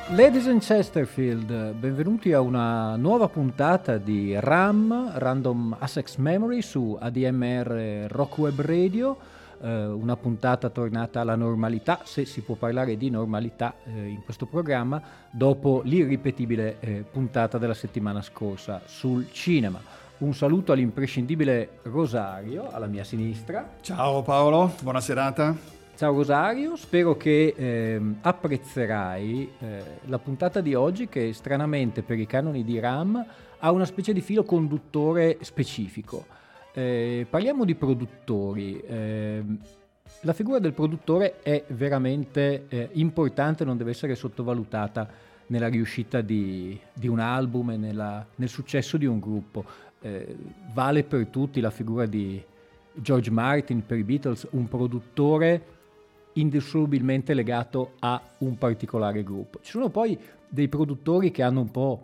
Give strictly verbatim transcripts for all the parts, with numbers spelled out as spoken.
Ladies and Chesterfield, benvenuti a una nuova puntata di RAM, Random Access Memory, su A D M R Rock Web Radio, eh, una puntata tornata alla normalità, se si può parlare di normalità eh, in questo programma, dopo l'irripetibile eh, puntata della settimana scorsa sul cinema. Un saluto all'imprescindibile Rosario, alla mia sinistra. Ciao Paolo, buona serata. Ciao Rosario, spero che eh, apprezzerai eh, la puntata di oggi, che stranamente per i canoni di RAM ha una specie di filo conduttore specifico. Eh, parliamo di produttori. Eh, la figura del produttore è veramente eh, importante, non deve essere sottovalutata nella riuscita di, di un album e nella, nel successo di un gruppo. Eh, vale per tutti la figura di George Martin per i Beatles, un produttore indissolubilmente legato a un particolare gruppo. Ci sono poi dei produttori che hanno un po'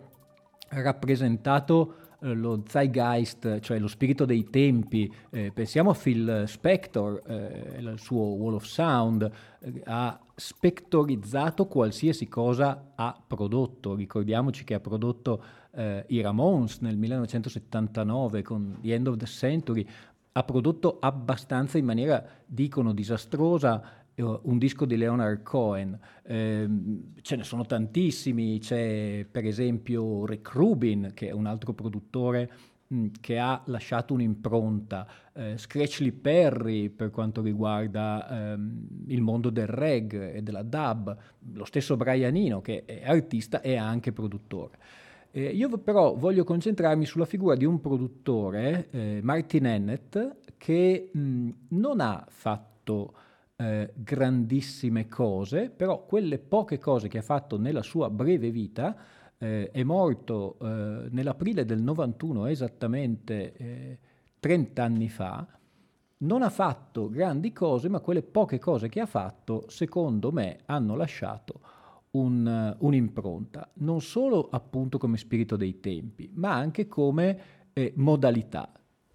rappresentato eh, lo zeitgeist, cioè lo spirito dei tempi. Eh, pensiamo a Phil Spector, eh, il suo Wall of Sound, eh, ha spettorizzato qualsiasi cosa ha prodotto. Ricordiamoci che ha prodotto eh, i Ramones nel millenovecentosettantanove con The End of the Century, ha prodotto abbastanza in maniera, dicono, disastrosa un disco di Leonard Cohen. Eh, ce ne sono tantissimi, c'è per esempio Rick Rubin, che è un altro produttore mh, che ha lasciato un'impronta, eh, Scratchy Perry per quanto riguarda ehm, il mondo del reggae e della dub, lo stesso Brian Eno, che è artista e anche produttore. Eh, io però voglio concentrarmi sulla figura di un produttore, eh, Martin Hannett, che mh, non ha fatto Eh, grandissime cose, però quelle poche cose che ha fatto nella sua breve vita, eh, è morto eh, nell'aprile del novantuno, esattamente eh, trenta anni fa. Non ha fatto grandi cose, ma quelle poche cose che ha fatto, secondo me, hanno lasciato un, uh, un'impronta, non solo appunto come spirito dei tempi, ma anche come eh, modalità.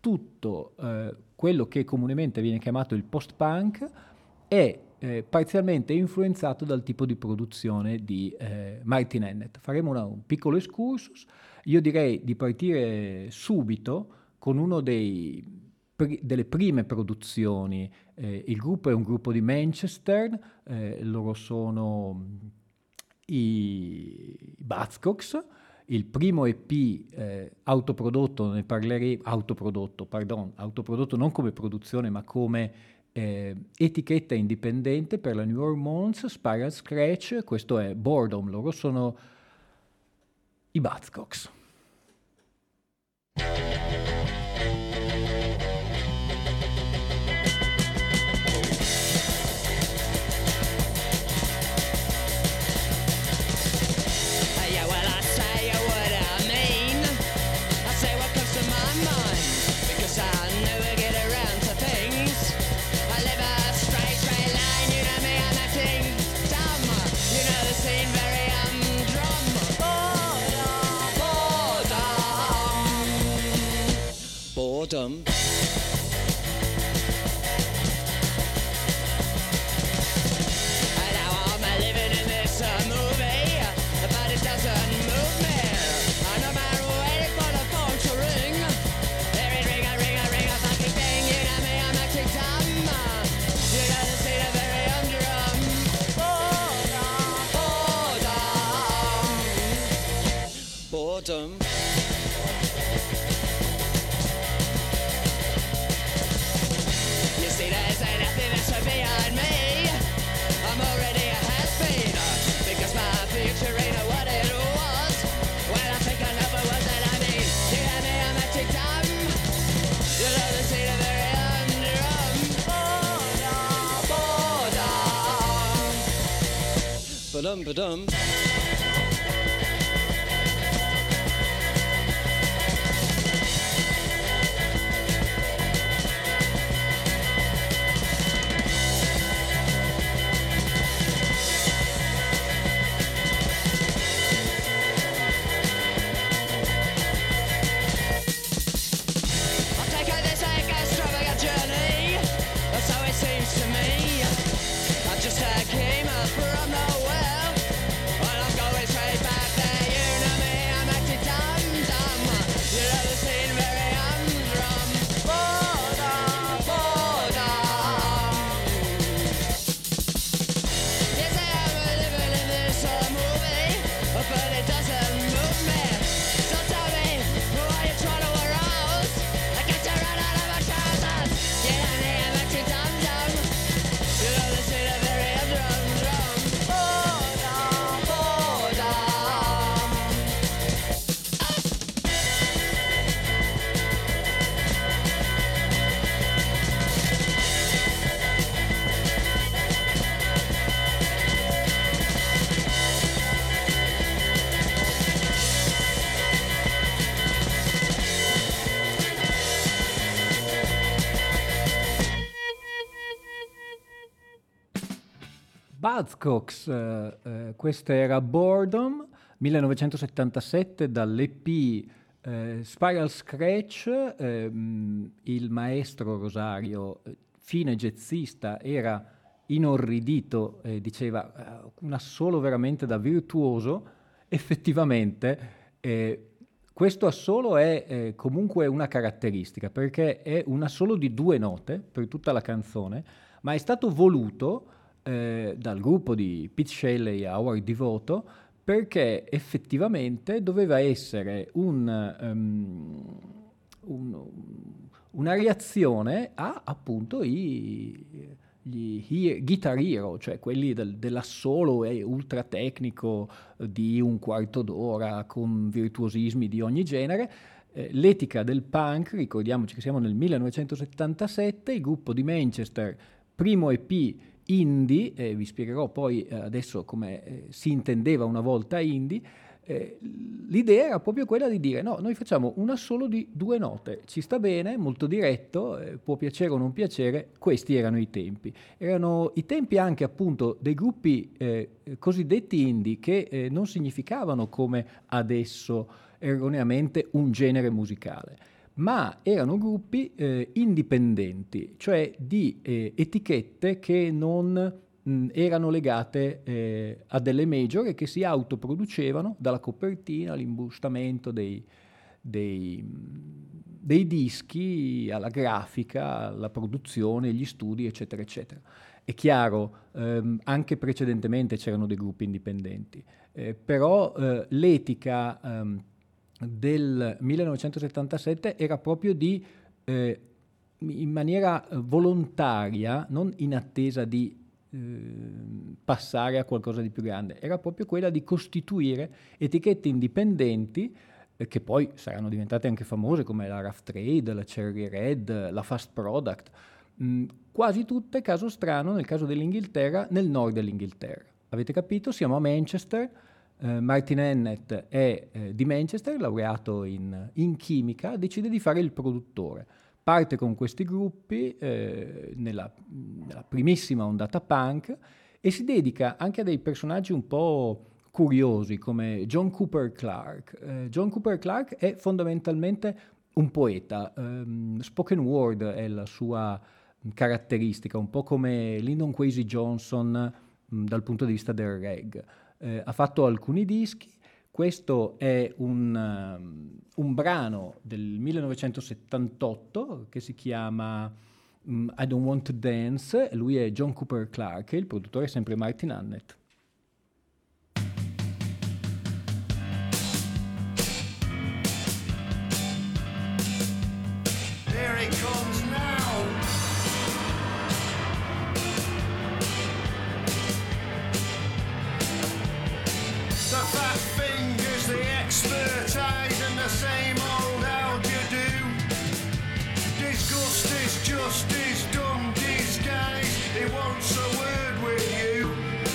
Tutto eh, quello che comunemente viene chiamato il post-punk è eh, parzialmente influenzato dal tipo di produzione di eh, Martin Hannett. Faremo una, un piccolo excursus. Io direi di partire subito con uno dei, pri, delle prime produzioni. Eh, il gruppo è un gruppo di Manchester, eh, loro sono i Buzzcocks. Il primo E P eh, autoprodotto, ne parleremo, autoprodotto, pardon, autoprodotto non come produzione ma come Eh, etichetta indipendente per la New Orleans, Spiral Scratch. Questo è Boredom, loro sono i Buzzcocks. Boredom. Boredom. You see, there's nothing that's so beyond me. I'm already a has-been, because my future ain't what it was. When I think I know what was that I mean. You hear me, I'm acting dumb. You know the scene of very underarm. Boredom, boredom. Ba-dum, ba-dum. Seems to me I just came up from nowhere, and I'm going Buzzcocks, eh, eh, questa era Boredom, millenovecentosettantasette dall'E P eh, Spiral Scratch. ehm, il maestro Rosario, eh, fine jazzista, era inorridito e diceva eh, un assolo veramente da virtuoso. Effettivamente eh, questo assolo è eh, comunque una caratteristica, perché è un assolo di due note per tutta la canzone, ma è stato voluto eh, dal gruppo di Pete Shelley e Howard Devoto, perché effettivamente doveva essere un, um, un, una reazione a appunto i, gli he- Guitar Hero, cioè quelli del, dell'assolo e ultra tecnico di un quarto d'ora con virtuosismi di ogni genere. Eh, l'etica del punk, ricordiamoci che siamo nel millenovecentosettantasette, il gruppo di Manchester, primo E P indie, eh, vi spiegherò poi eh, adesso come eh, si intendeva una volta indie. Eh, l'idea era proprio quella di dire no, noi facciamo un assolo di due note, ci sta bene, molto diretto, eh, può piacere o non piacere. Questi erano i tempi, erano i tempi anche appunto dei gruppi eh, cosiddetti indie, che eh, non significavano come adesso erroneamente un genere musicale, ma erano gruppi eh, indipendenti, cioè di eh, etichette che non mh, erano legate eh, a delle major e che si autoproducevano dalla copertina all'imbustamento dei, dei, dei dischi, alla grafica, alla produzione, gli studi, eccetera, eccetera. È chiaro, ehm, anche precedentemente c'erano dei gruppi indipendenti, eh, però eh, l'etica ehm, del millenovecentosettantasette era proprio di, eh, in maniera volontaria, non in attesa di eh, passare a qualcosa di più grande, era proprio quella di costituire etichette indipendenti eh, che poi saranno diventate anche famose, come la Rough Trade, la Cherry Red, la Fast Product, mh, quasi tutte, caso strano, nel caso dell'Inghilterra, nel nord dell'Inghilterra. Avete capito? Siamo a Manchester. Uh, Martin Hannett è uh, di Manchester, laureato in, in chimica, decide di fare il produttore. Parte con questi gruppi eh, nella, nella primissima ondata punk e si dedica anche a dei personaggi un po' curiosi come John Cooper Clarke. Uh, John Cooper Clarke è fondamentalmente un poeta, um, spoken word è la sua caratteristica, un po' come Lyndon Kwesi Johnson um, dal punto di vista del reggae. Eh, ha fatto alcuni dischi. Questo è un, um, un brano del millenovecentosettantotto che si chiama um, I Don't Want to Dance. Lui è John Cooper Clarke, il produttore è sempre Martin Hannett. There he comes now. The fat fingers, the expert eyes, and the same old how do you do. Disgust is just his dumb disguise. He wants a word with you.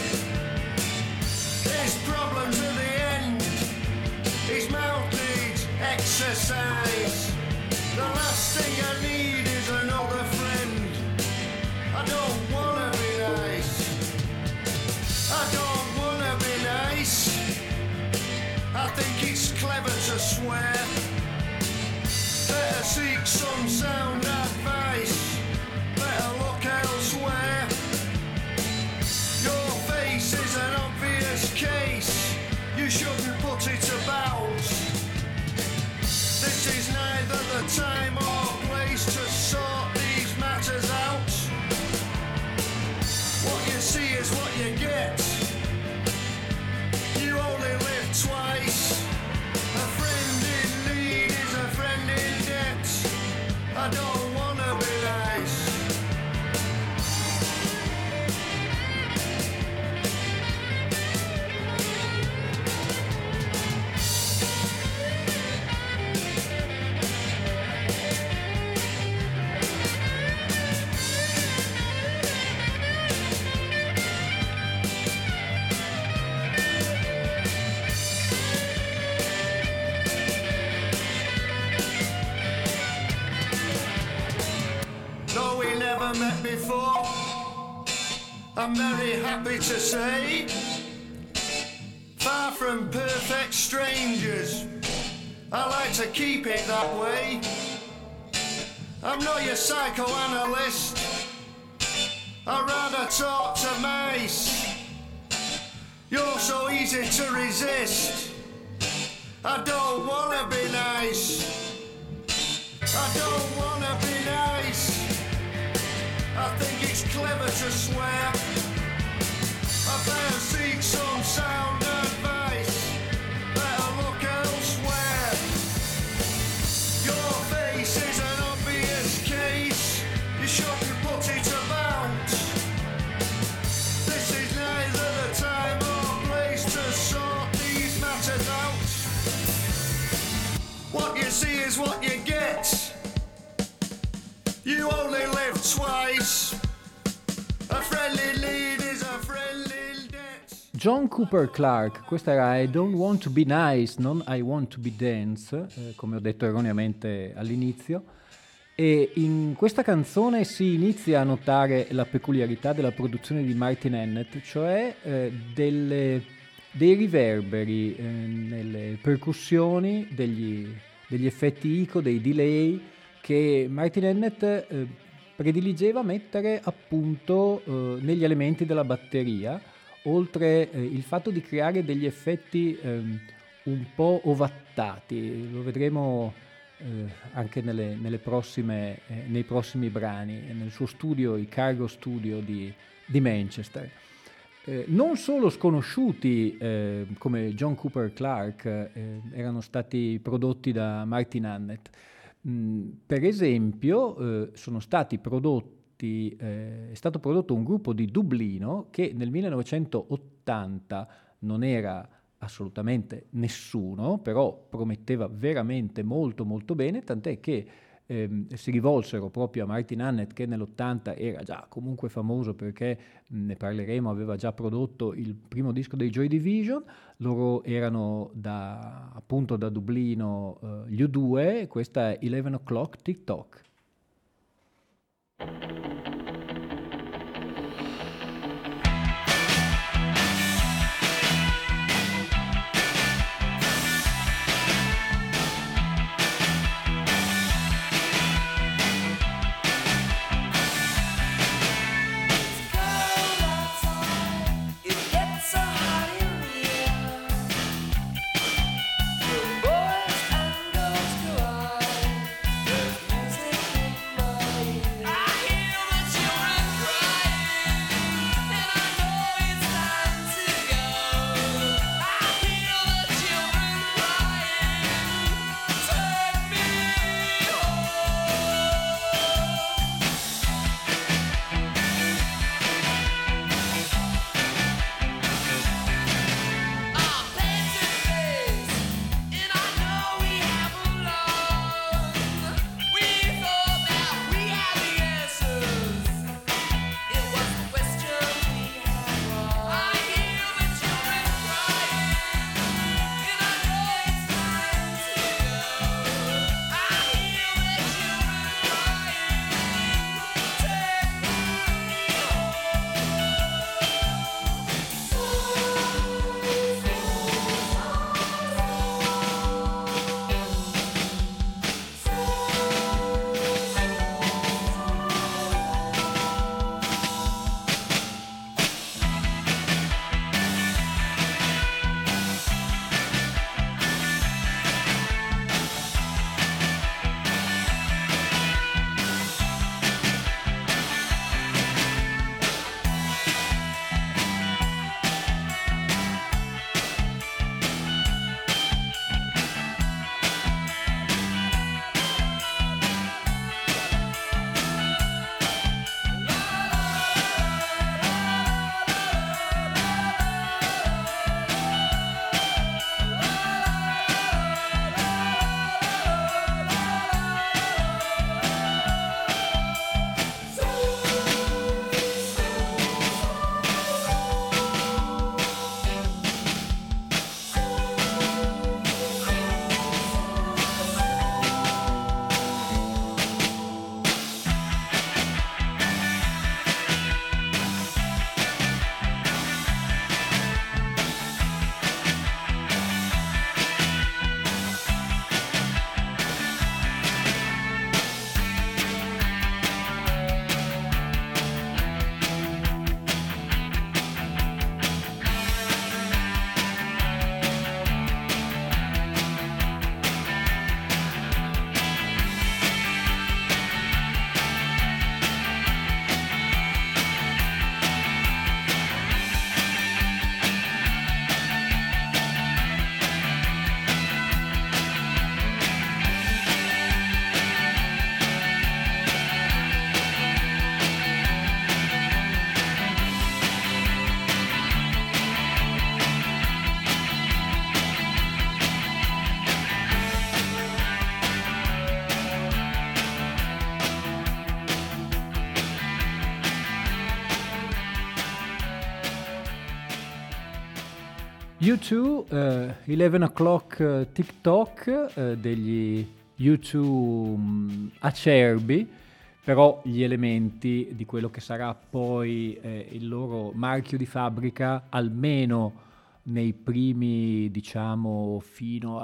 His problems at the end. His mouth needs exercise. The last thing I need is another friend. I don't wanna be nice. I don't wanna be nice. I think it's clever to swear. Better seek some sound advice. Better look elsewhere. Your face is an obvious case. You shouldn't put it about. This is neither the time or place to sort these matters out. What you see is what you get. You only live twice. A friend in need is a friend in debt. I don't wanna be nice. I'm very happy to say, far from perfect strangers, I like to keep it that way. I'm not your psychoanalyst, I'd rather talk to mice. You're so easy to resist, I don't wanna be nice. I don't wanna be nice. I think it's clever to swear. I better seek some sound advice. Better look elsewhere. Your face is an obvious case. You shouldn't put it about. This is neither the time or place to sort these matters out. What you see is what you get. You only live twice. A friendly lead is a friendly debt. John Cooper Clarke, questa era I Don't Want to Be Nice, non I Want to Be Dance, eh, come ho detto erroneamente all'inizio. E in questa canzone si inizia a notare la peculiarità della produzione di Martin Hannett, cioè eh, delle, dei riverberi eh, nelle percussioni, degli, degli effetti eco, dei delay, che Martin Hannett eh, prediligeva mettere appunto eh, negli elementi della batteria, oltre eh, il fatto di creare degli effetti eh, un po' ovattati. Lo vedremo eh, anche nelle, nelle prossime, eh, nei prossimi brani, nel suo studio, i Cargo Studio di, di Manchester. Eh, non solo sconosciuti eh, come John Cooper Clarke eh, erano stati prodotti da Martin Hannett. Mm, per esempio eh, sono stati prodotti, eh, è stato prodotto un gruppo di Dublino che nel millenovecentottanta non era assolutamente nessuno, però prometteva veramente molto molto bene, tant'è che ehm, si rivolsero proprio a Martin Hannett, che nell'ottanta era già comunque famoso perché, mh, ne parleremo, aveva già prodotto il primo disco dei Joy Division. Loro erano da, appunto da Dublino, uh, gli U due, questa è eleven o'clock TikTok. I hear U due, uh, eleven o'clock uh, TikTok, uh, degli U due um, acerbi, però gli elementi di quello che sarà poi eh, il loro marchio di fabbrica, almeno nei primi, diciamo, fino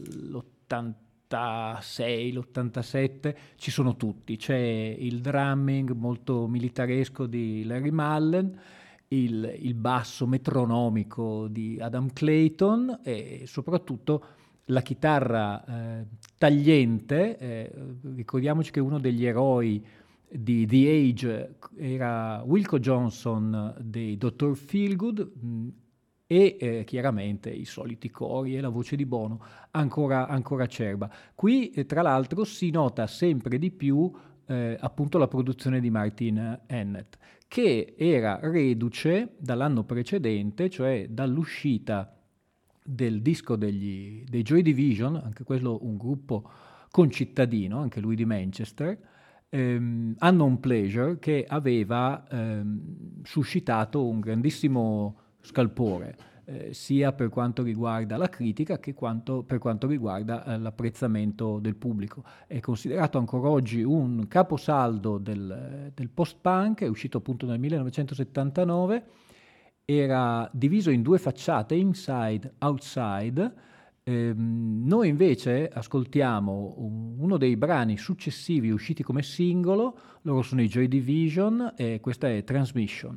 all'ottantasei, l'ottantasette, ci sono tutti. C'è il drumming molto militaresco di Larry Mullen, il, il basso metronomico di Adam Clayton e soprattutto la chitarra eh, tagliente. Eh, ricordiamoci che uno degli eroi di The Age era Wilco Johnson dei doctor Feelgood, mh, e eh, chiaramente i soliti cori e la voce di Bono ancora, ancora acerba. Qui eh, tra l'altro si nota sempre di più eh, appunto la produzione di Martin Hannett, che era reduce dall'anno precedente, cioè dall'uscita del disco degli, dei Joy Division, anche quello un gruppo concittadino, anche lui di Manchester, ehm, Unknown Pleasure, che aveva ehm, suscitato un grandissimo scalpore, eh, sia per quanto riguarda la critica che quanto, per quanto riguarda eh, l'apprezzamento del pubblico. È considerato ancora oggi un caposaldo del, del post-punk, è uscito appunto nel millenovecentosettantanove, era diviso in due facciate, Inside, Outside. Ehm, noi invece ascoltiamo un, uno dei brani successivi usciti come singolo, loro sono i Joy Division e questa è Transmission.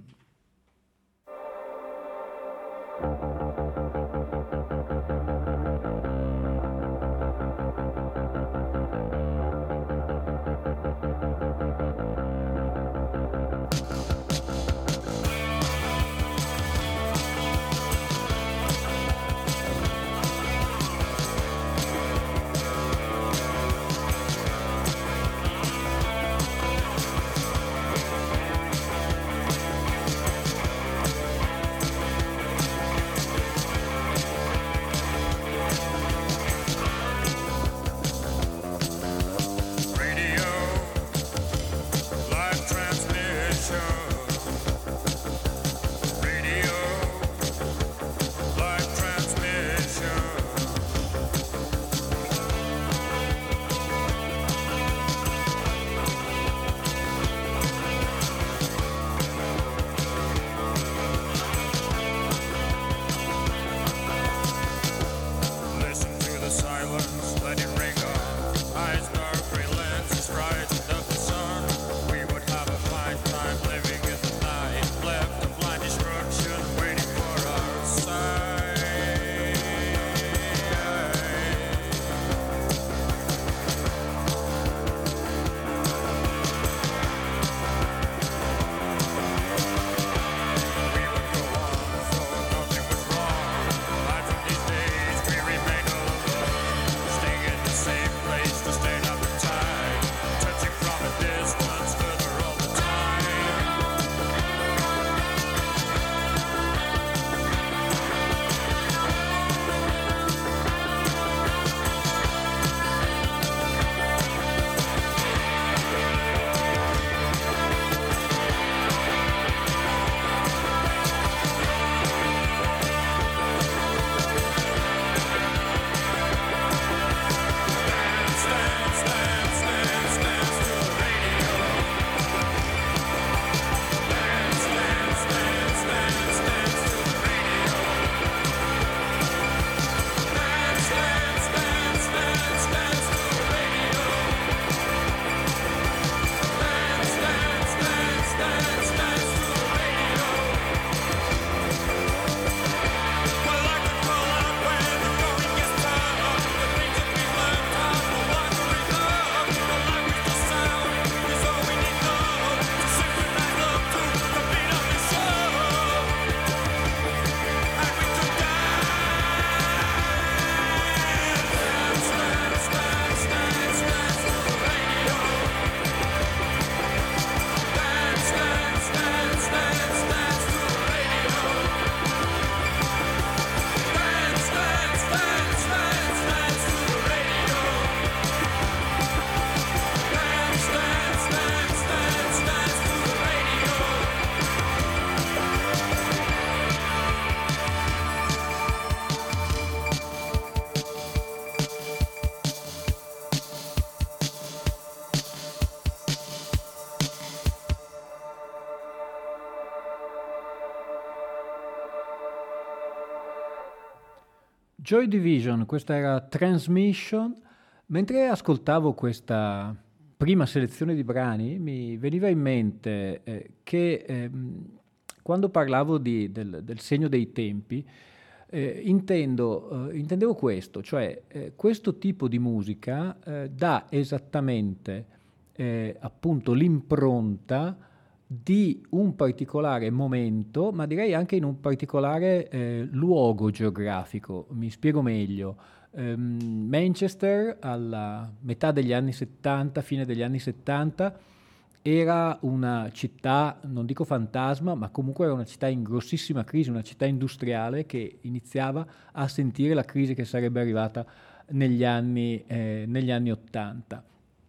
Thank Joy Division, questa era Transmission. Mentre ascoltavo questa prima selezione di brani mi veniva in mente eh, che ehm, quando parlavo di, del, del segno dei tempi eh, intendo, eh, intendevo questo, cioè eh, questo tipo di musica eh, dà esattamente eh, appunto l'impronta di un particolare momento, ma direi anche in un particolare eh, luogo geografico. Mi spiego meglio. Um, Manchester alla metà degli anni settanta, fine degli anni settanta, era una città, non dico fantasma, ma comunque era una città in grossissima crisi, una città industriale che iniziava a sentire la crisi che sarebbe arrivata negli anni, eh, negli anni ottanta.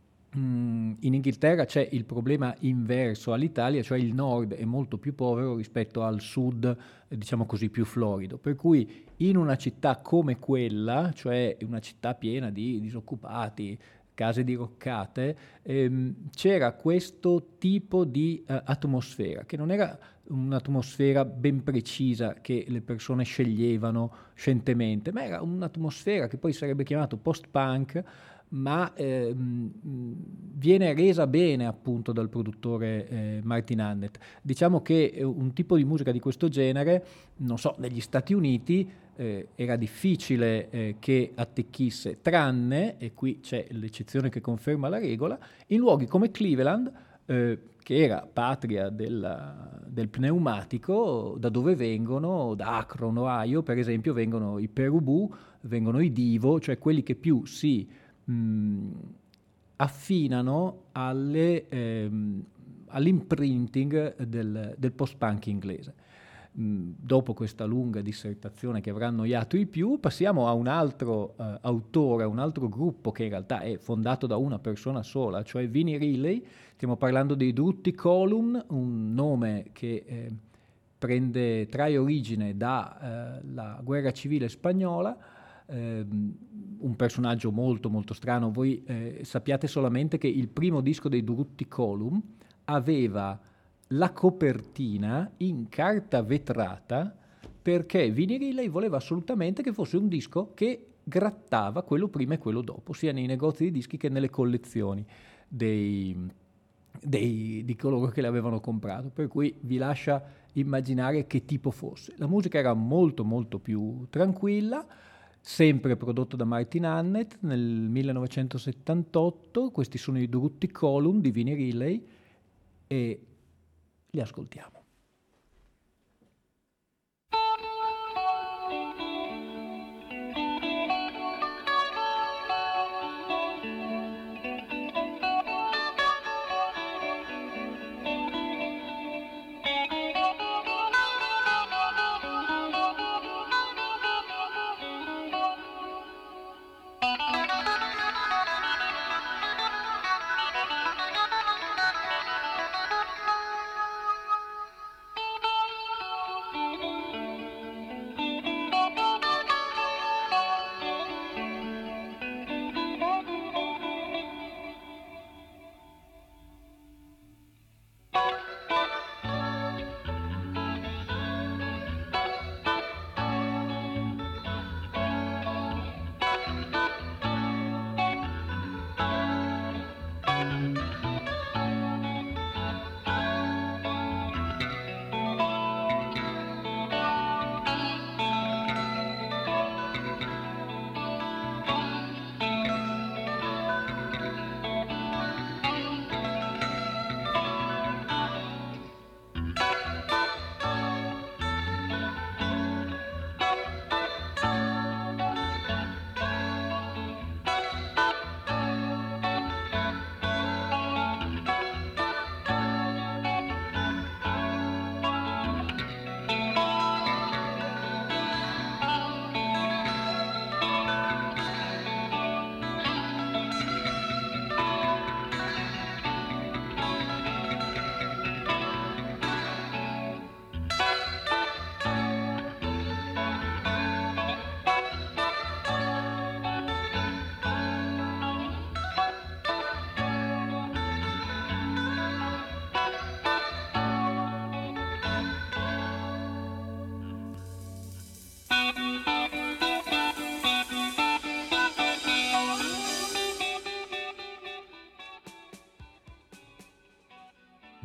In Inghilterra c'è il problema inverso all'Italia, cioè il nord è molto più povero rispetto al sud, diciamo così, più florido, per cui in una città come quella, cioè una città piena di disoccupati, case diroccate, ehm, c'era questo tipo di eh, atmosfera, che non era un'atmosfera ben precisa che le persone sceglievano scientemente, ma era un'atmosfera che poi sarebbe chiamato post-punk, ma ehm, viene resa bene appunto dal produttore eh, Martin Hannett. Diciamo che un tipo di musica di questo genere, non so, negli Stati Uniti eh, era difficile eh, che attecchisse, tranne, e qui c'è l'eccezione che conferma la regola, in luoghi come Cleveland, eh, che era patria della, del pneumatico, da dove vengono, da Akron, Ohio, per esempio, vengono i Perubu, vengono i Divo, cioè quelli che più si mh, affinano alle, ehm, all'imprinting del, del post-punk inglese. Mh, dopo questa lunga dissertazione che avrà annoiato i più, passiamo a un altro eh, autore, a un altro gruppo che in realtà è fondato da una persona sola, cioè Vinnie Riley. Stiamo parlando dei Drutti Column, un nome che eh, prende, trae origine dalla eh, guerra civile spagnola. Eh, un personaggio molto molto strano. Voi eh, sappiate solamente che il primo disco dei Drutti Column aveva la copertina in carta vetrata perché Vinnie Riley voleva assolutamente che fosse un disco che grattava quello prima e quello dopo, sia nei negozi di dischi che nelle collezioni dei, dei, di coloro che l'avevano comprato, per cui vi lascia immaginare che tipo fosse. La musica era molto molto più tranquilla, sempre prodotto da Martin Hannett nel millenovecentosettantotto. Questi sono i Drutti Column di Vinnie Riley e li ascoltiamo.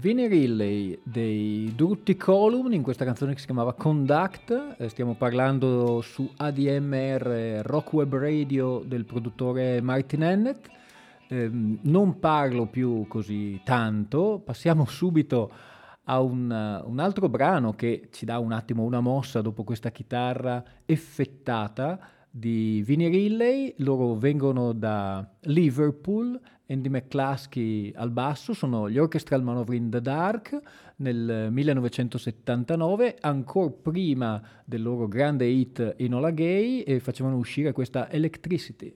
Vinnie Riley dei Drutti Column in questa canzone che si chiamava Conduct. Eh, stiamo parlando su A D M R Rock Web Radio del produttore Martin Hannett. Eh, non parlo più così tanto, passiamo subito a un, un altro brano che ci dà un attimo una mossa dopo questa chitarra effettata di Vinnie Riley. Loro vengono da Liverpool, Andy McCluskey al basso, sono gli Orchestral Manover in the Dark nel millenovecentosettantanove, ancora prima del loro grande hit Enola Gay, e facevano uscire questa Electricity.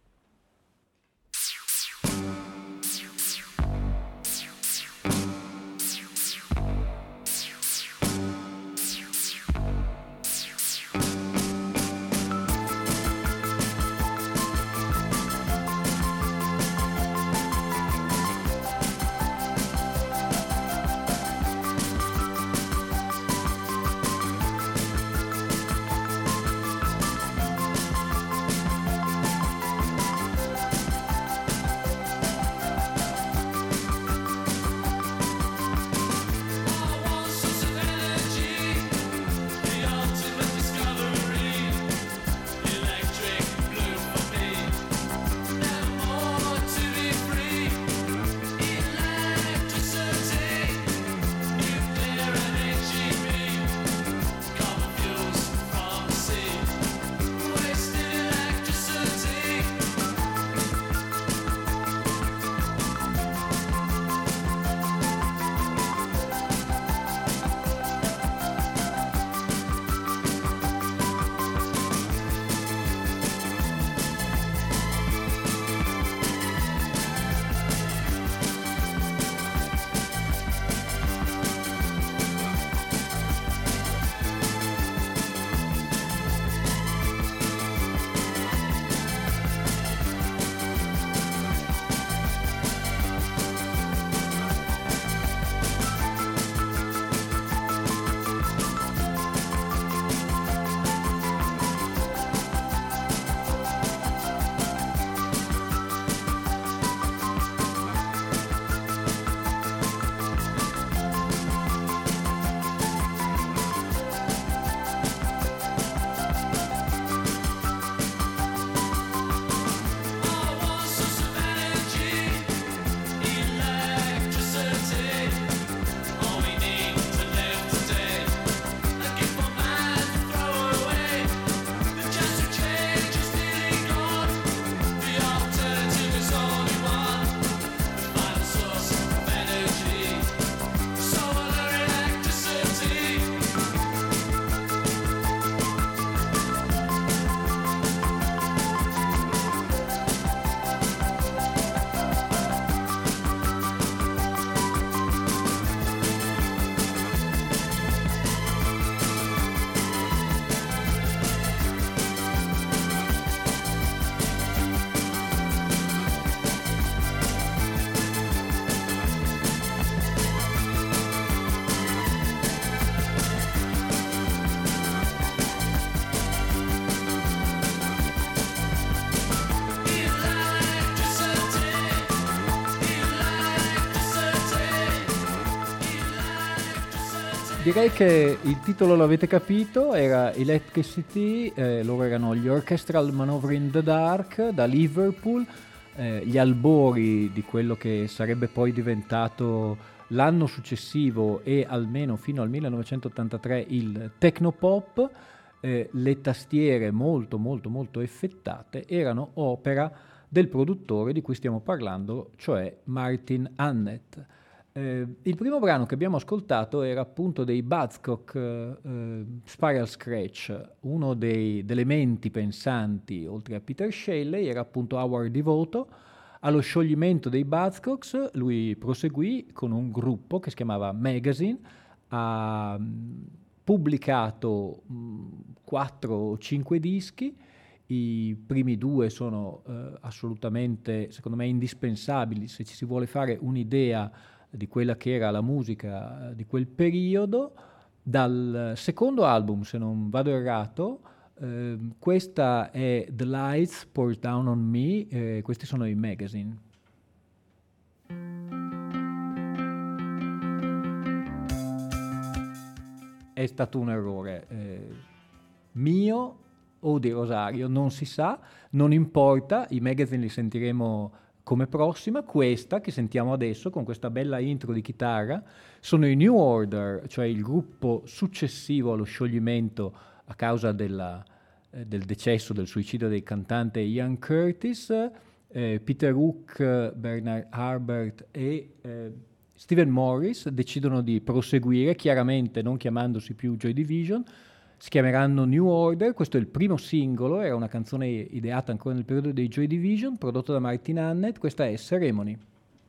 Direi che il titolo l'avete capito, era Electricity, eh, loro erano gli Orchestral Manover in the Dark da Liverpool, eh, gli albori di quello che sarebbe poi diventato l'anno successivo e almeno fino al millenovecentottantatré il technopop. Eh, le tastiere molto molto molto effettate erano opera del produttore di cui stiamo parlando, cioè Martin Hannett. Eh, il primo brano che abbiamo ascoltato era appunto dei Buzzcock eh, eh, Spiral Scratch, uno dei, delle menti pensanti, oltre a Peter Shelley, era appunto Howard Devoto. Allo scioglimento dei Buzzcocks lui proseguì con un gruppo che si chiamava Magazine, ha mh, pubblicato quattro o cinque dischi. I primi due sono eh, assolutamente, secondo me, indispensabili se ci si vuole fare un'idea di quella che era la musica di quel periodo. Dal secondo album, se non vado errato, eh, questa è The Lights Pour Down on Me, eh, questi sono i Magazine. è stato un errore eh, mio o di Rosario, non si sa, non importa, i magazine li sentiremo come prossima. Questa che sentiamo adesso con questa bella intro di chitarra sono i New Order, cioè il gruppo successivo allo scioglimento a causa della, eh, del decesso, del suicidio del cantante Ian Curtis. eh, Peter Hook, Bernard Harbert e eh, Stephen Morris decidono di proseguire, chiaramente non chiamandosi più Joy Division, si chiameranno New Order. Questo è il primo singolo, era una canzone ideata ancora nel periodo dei Joy Division, prodotto da Martin Hannett. Questa è Ceremony.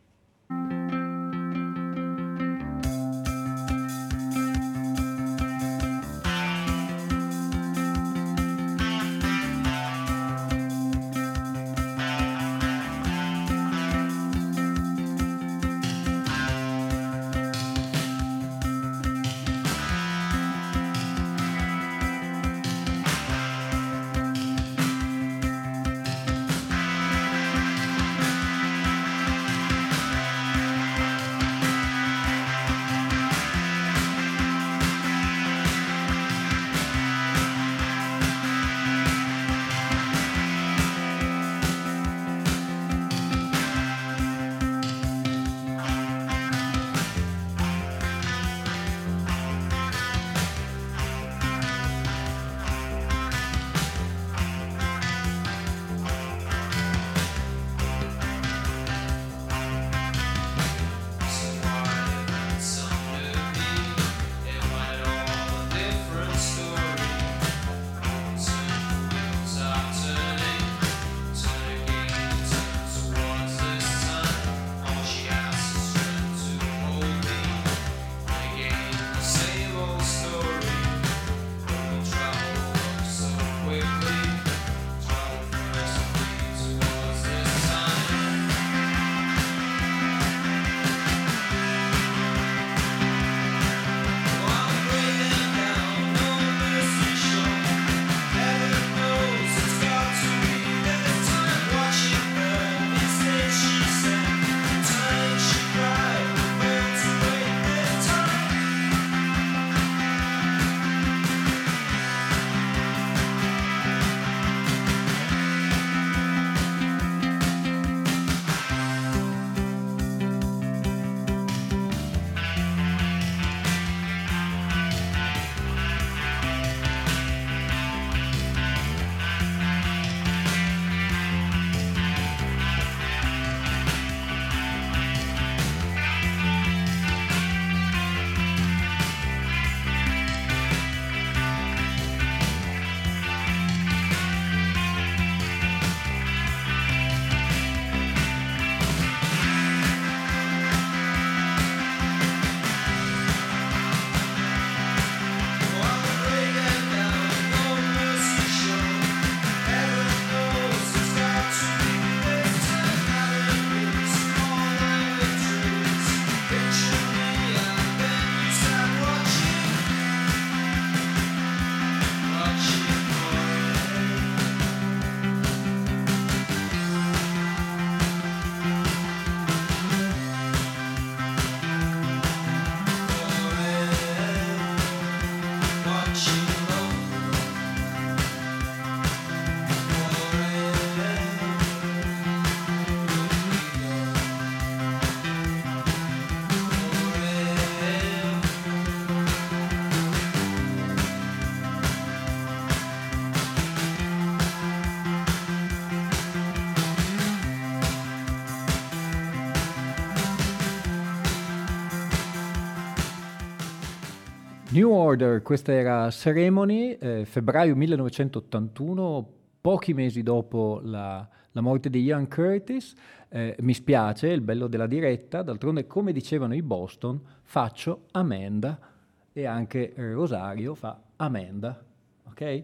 New Order, questa era Ceremony, eh, febbraio millenovecentottantuno, pochi mesi dopo la, la morte di Ian Curtis. Eh, mi spiace, il bello della diretta, d'altronde come dicevano i Boston, faccio Amanda e anche eh, Rosario fa Amanda, ok?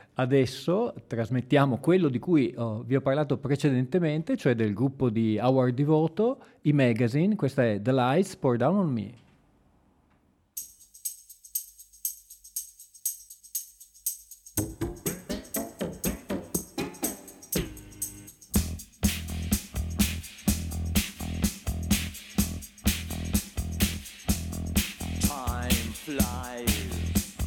Adesso trasmettiamo quello di cui oh, vi ho parlato precedentemente, cioè del gruppo di Howard Devoto, i Magazine. Questa è The Lights Pour Down on Me. Time flies.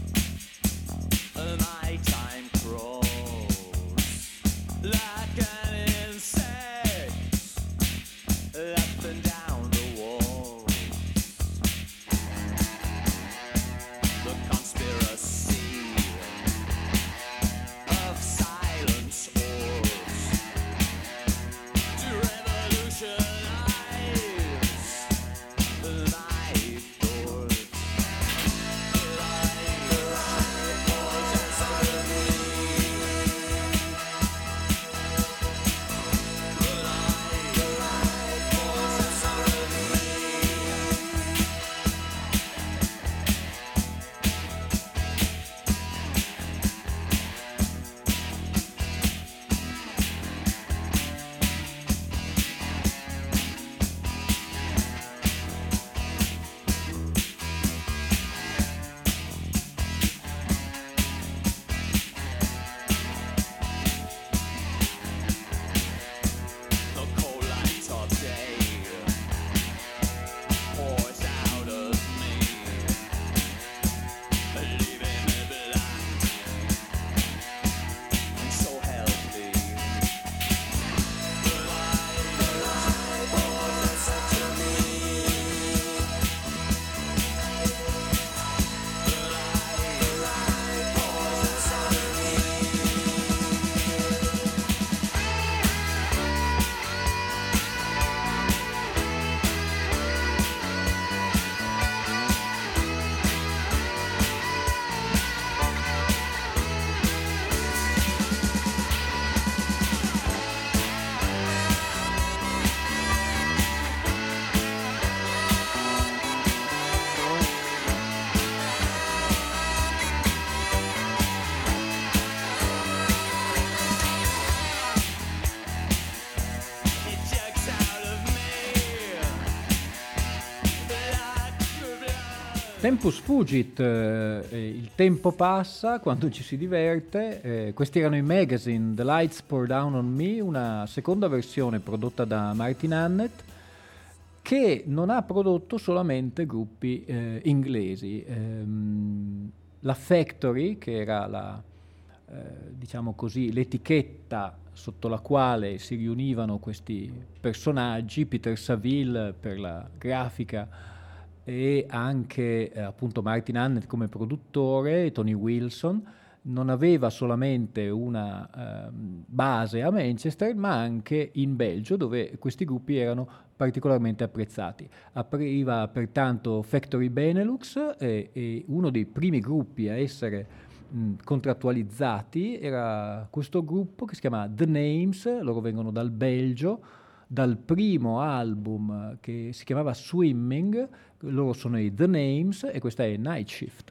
Tempus fugit, eh, il tempo passa quando ci si diverte. Eh, questi erano i Magazine, The Lights Pour Down on Me, una seconda versione prodotta da Martin Hannett, che non ha prodotto solamente gruppi eh, inglesi. Ehm, la Factory, che era la, eh, diciamo così, l'etichetta sotto la quale si riunivano questi personaggi, Peter Saville per la grafica e anche eh, appunto Martin Hannett come produttore, Tony Wilson, non aveva solamente una eh, base a Manchester, ma anche in Belgio, dove questi gruppi erano particolarmente apprezzati. Apriva pertanto Factory Benelux e, e uno dei primi gruppi a essere mh, contrattualizzati era questo gruppo che si chiama The Names. Loro vengono dal Belgio, dal primo album che si chiamava Swimming. Loro sono i The Names e questa è Night Shift.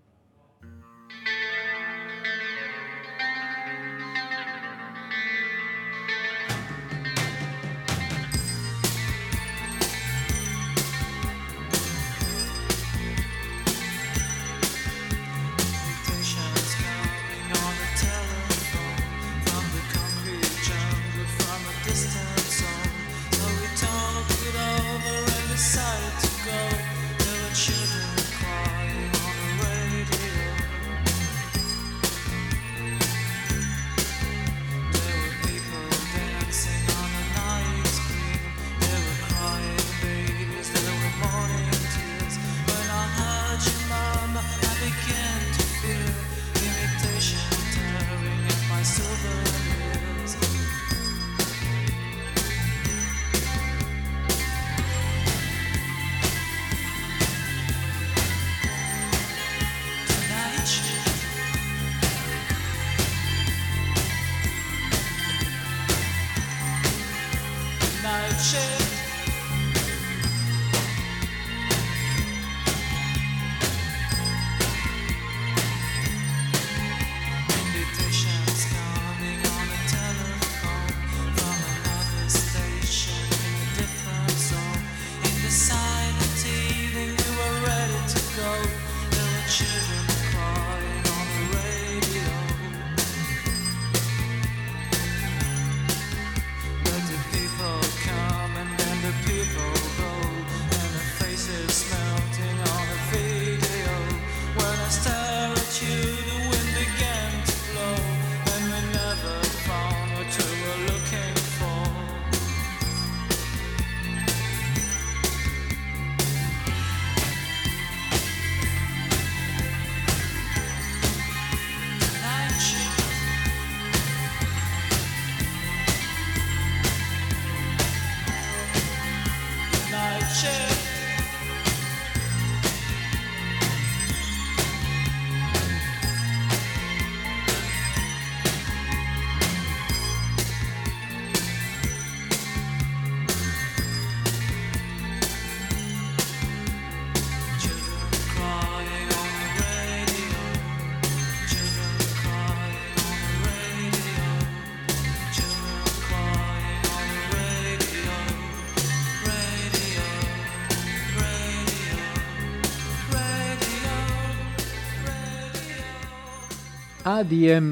A D M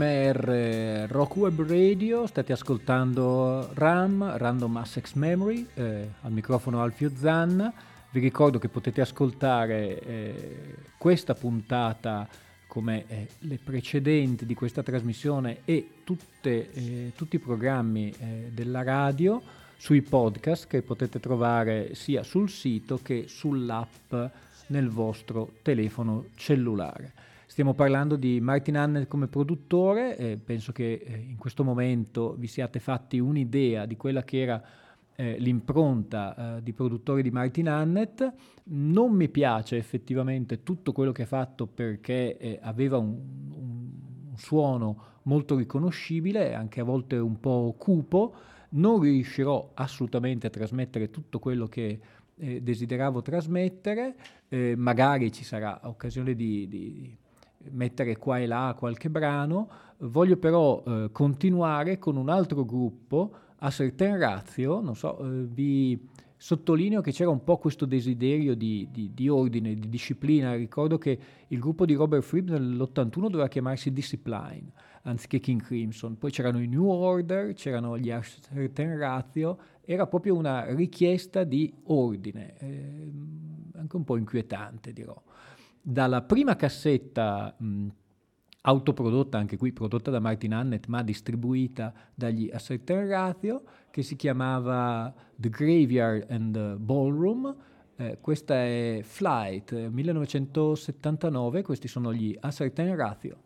R Rock Web Radio, state ascoltando RAM, Random Access Memory, eh, al microfono Alfio Zanna. Vi ricordo che potete ascoltare eh, questa puntata come eh, le precedenti di questa trasmissione e tutte, eh, tutti i programmi eh, della radio sui podcast che potete trovare sia sul sito che sull'app nel vostro telefono cellulare. Stiamo parlando di Martin Hannett come produttore, e penso che eh, in questo momento vi siate fatti un'idea di quella che era eh, l'impronta eh, di produttore di Martin Hannett. Non mi piace effettivamente tutto quello che ha fatto, perché eh, aveva un, un, un suono molto riconoscibile, anche a volte un po' cupo. Non riuscirò assolutamente a trasmettere tutto quello che eh, desideravo trasmettere, eh, magari ci sarà occasione di, di mettere qua e là qualche brano. Voglio però eh, continuare con un altro gruppo, A Certain Ratio. Non so, eh, vi sottolineo che c'era un po' questo desiderio di, di, di ordine, di disciplina. Ricordo che il gruppo di Robert Fripp nell'ottantuno doveva chiamarsi Discipline, anziché King Crimson. Poi c'erano i New Order, c'erano gli Ascertain Ratio, era proprio una richiesta di ordine, eh, anche un po' inquietante, dirò. Dalla prima cassetta mh, autoprodotta, anche qui prodotta da Martin Hannett, ma distribuita dagli Ascertain Ratio, che si chiamava The Graveyard and the Ballroom. Eh, questa è Flight, millenovecentosettantanove, questi sono gli Ascertain Ratio.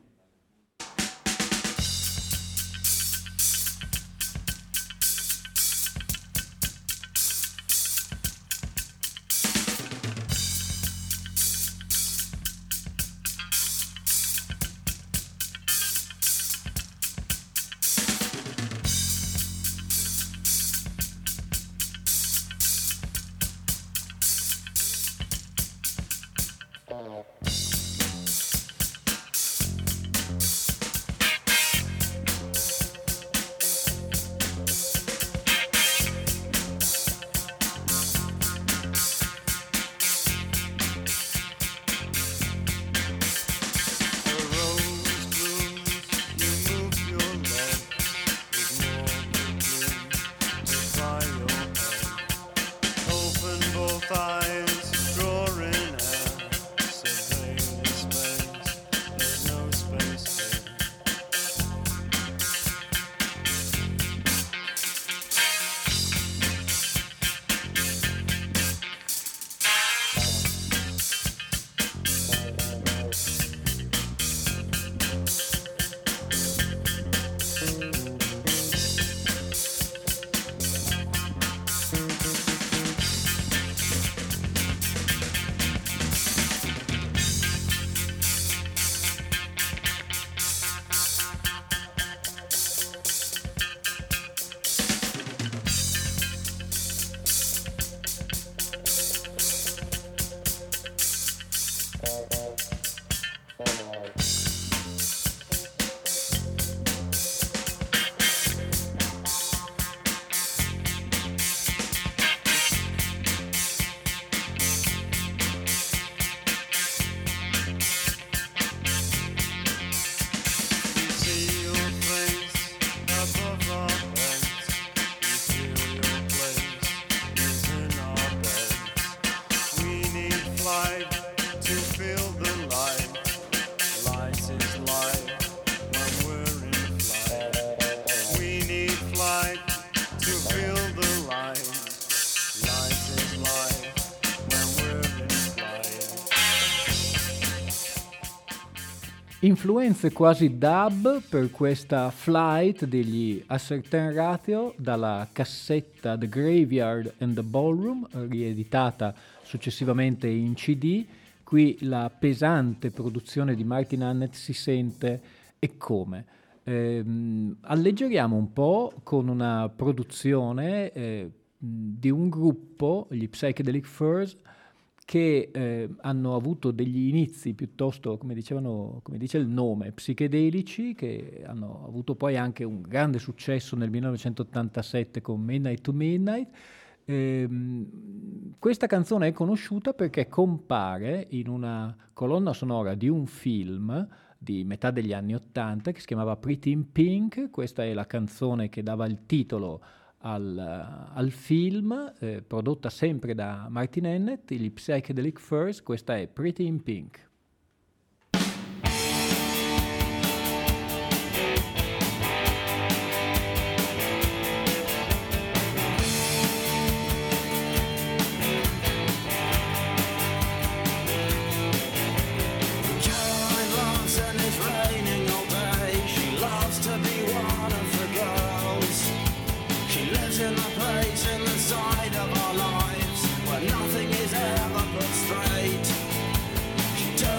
Influenze quasi dub per questa Flight degli Ascertain Ratio dalla cassetta The Graveyard and the Ballroom, rieditata successivamente in C D. Qui la pesante produzione di Martin Hannett si sente e come. Ehm, alleggeriamo un po' con una produzione eh, di un gruppo, gli Psychedelic Furs, che eh, hanno avuto degli inizi piuttosto, come dicevano, come dice il nome, psichedelici, che hanno avuto poi anche un grande successo nel millenovecentottantasette con Midnight to Midnight. Ehm, questa canzone è conosciuta perché compare in una colonna sonora di un film di metà degli anni ottanta che si chiamava Pretty in Pink. Questa è la canzone che dava il titolo Al, al film, eh, prodotta sempre da Martin Hannett, gli Psychedelic Furs. Questa è Pretty in Pink. Nothing is ever put straight. She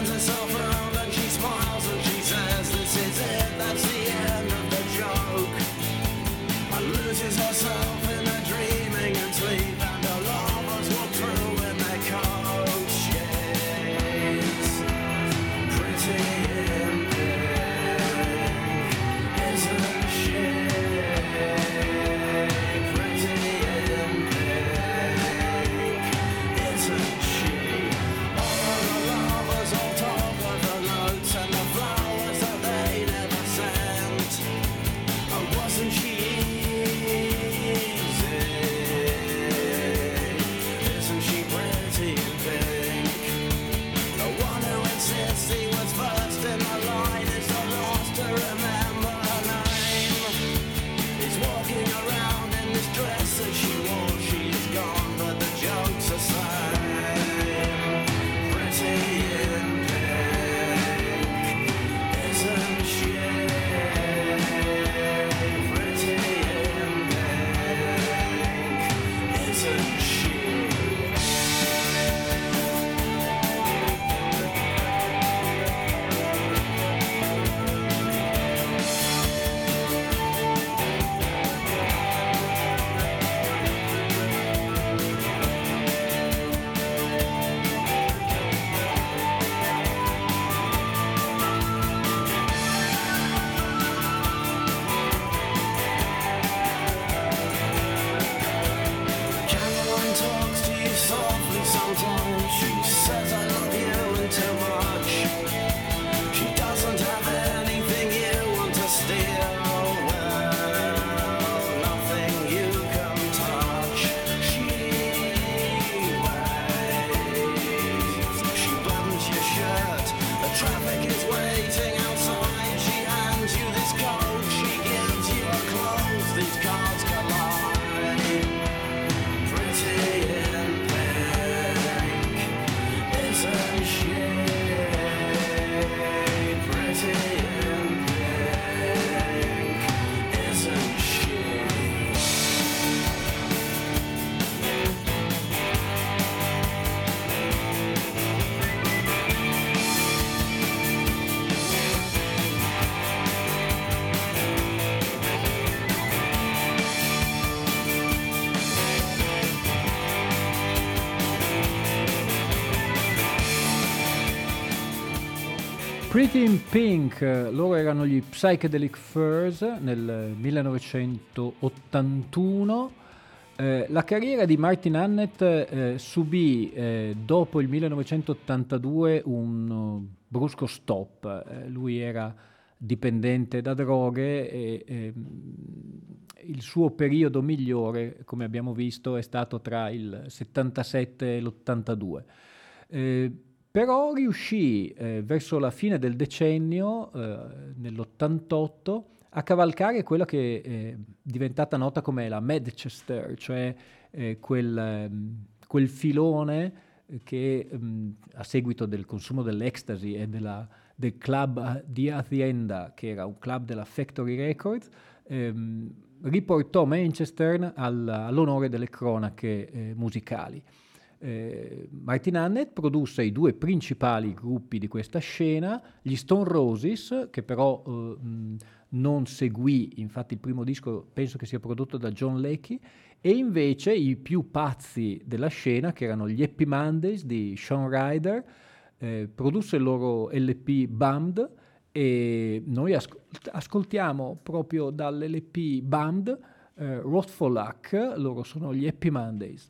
Pretty in Pink, loro erano gli Psychedelic Furs nel millenovecentottantuno. Eh, la carriera di Martin Hannett eh, subì eh, dopo il millenovecentottantadue un uh, brusco stop. Eh, lui era dipendente da droghe e eh, il suo periodo migliore, come abbiamo visto, è stato tra il settantasette e l'ottantadue. Eh, Però riuscì eh, verso la fine del decennio, eh, nell'ottantotto, a cavalcare quella che è diventata nota come la Manchester, cioè eh, quel, eh, quel filone che mh, a seguito del consumo dell'ecstasy e della, del club di Hacienda, che era un club della Factory Records, ehm, riportò Manchester al, all'onore delle cronache eh, musicali. Eh, Martin Hannett produsse i due principali gruppi di questa scena, gli Stone Roses, che però eh, mh, non seguì, infatti il primo disco penso che sia prodotto da John Leckie, e invece i più pazzi della scena, che erano gli Happy Mondays di Shawn Ryder. Eh, produsse il loro L P Bummed, e noi ascolt- ascoltiamo proprio dall'L P Bummed eh, Rot for Luck. Loro sono gli Happy Mondays.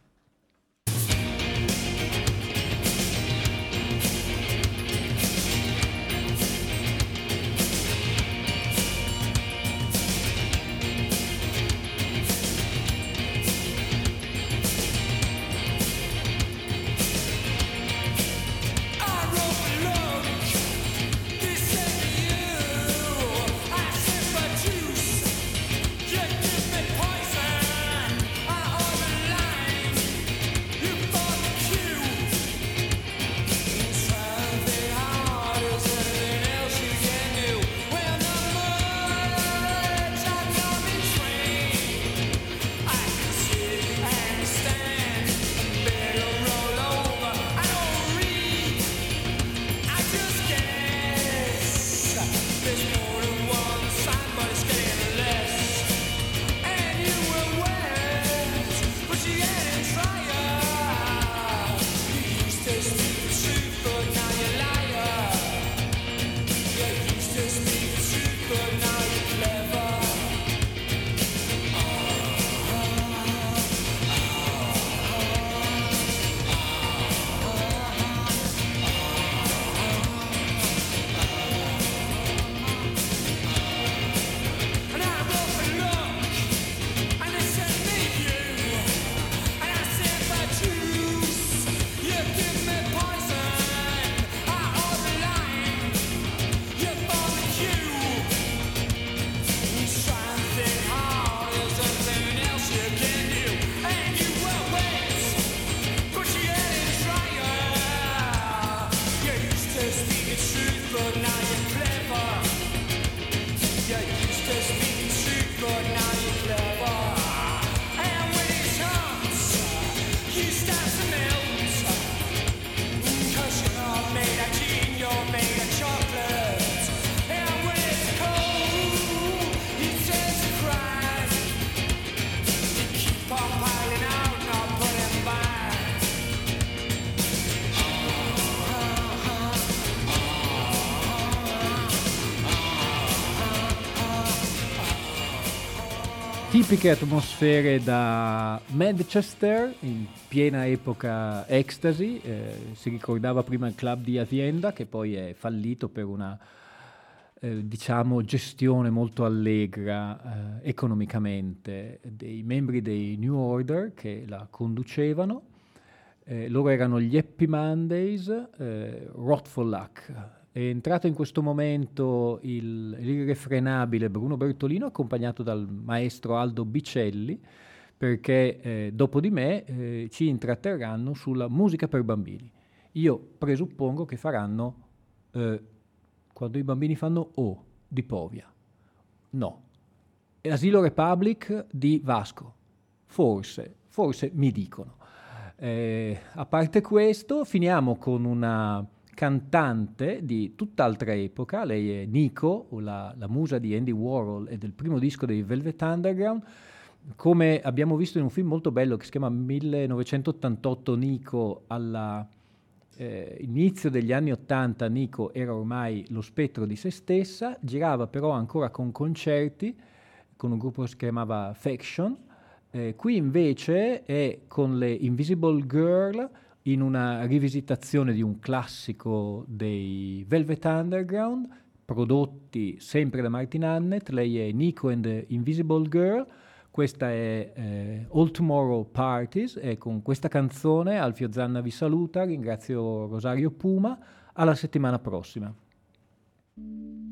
Tipiche atmosfere da Manchester, in piena epoca ecstasy. Eh, si ricordava prima il club di Hacienda, che poi è fallito per una eh, diciamo gestione molto allegra eh, economicamente dei membri dei New Order che la conducevano. Eh, loro erano gli Happy Mondays, eh, Rot for Luck. È entrato in questo momento il, l'irrefrenabile Bruno Bertolino, accompagnato dal maestro Aldo Bicelli, perché eh, dopo di me eh, ci intratterranno sulla musica per bambini. Io presuppongo che faranno eh, quando i bambini fanno O di Povia. No. Asilo Republic di Vasco. Forse, forse mi dicono. Eh, a parte questo, finiamo con una cantante di tutt'altra epoca. Lei è Nico, la, la musa di Andy Warhol e del primo disco dei Velvet Underground. Come abbiamo visto in un film molto bello che si chiama millenovecentottantotto, Nico alla eh, inizio degli anni ottanta Nico era ormai lo spettro di se stessa, girava però ancora con concerti, con un gruppo che si chiamava Faction. Eh, qui invece è con le Invisible Girl in una rivisitazione di un classico dei Velvet Underground, prodotti sempre da Martin Hannett. Lei è Nico and the Invisible Girl, questa è eh, All Tomorrow Parties, e con questa canzone Alfio Zanna vi saluta, ringrazio Rosario Puma, alla settimana prossima.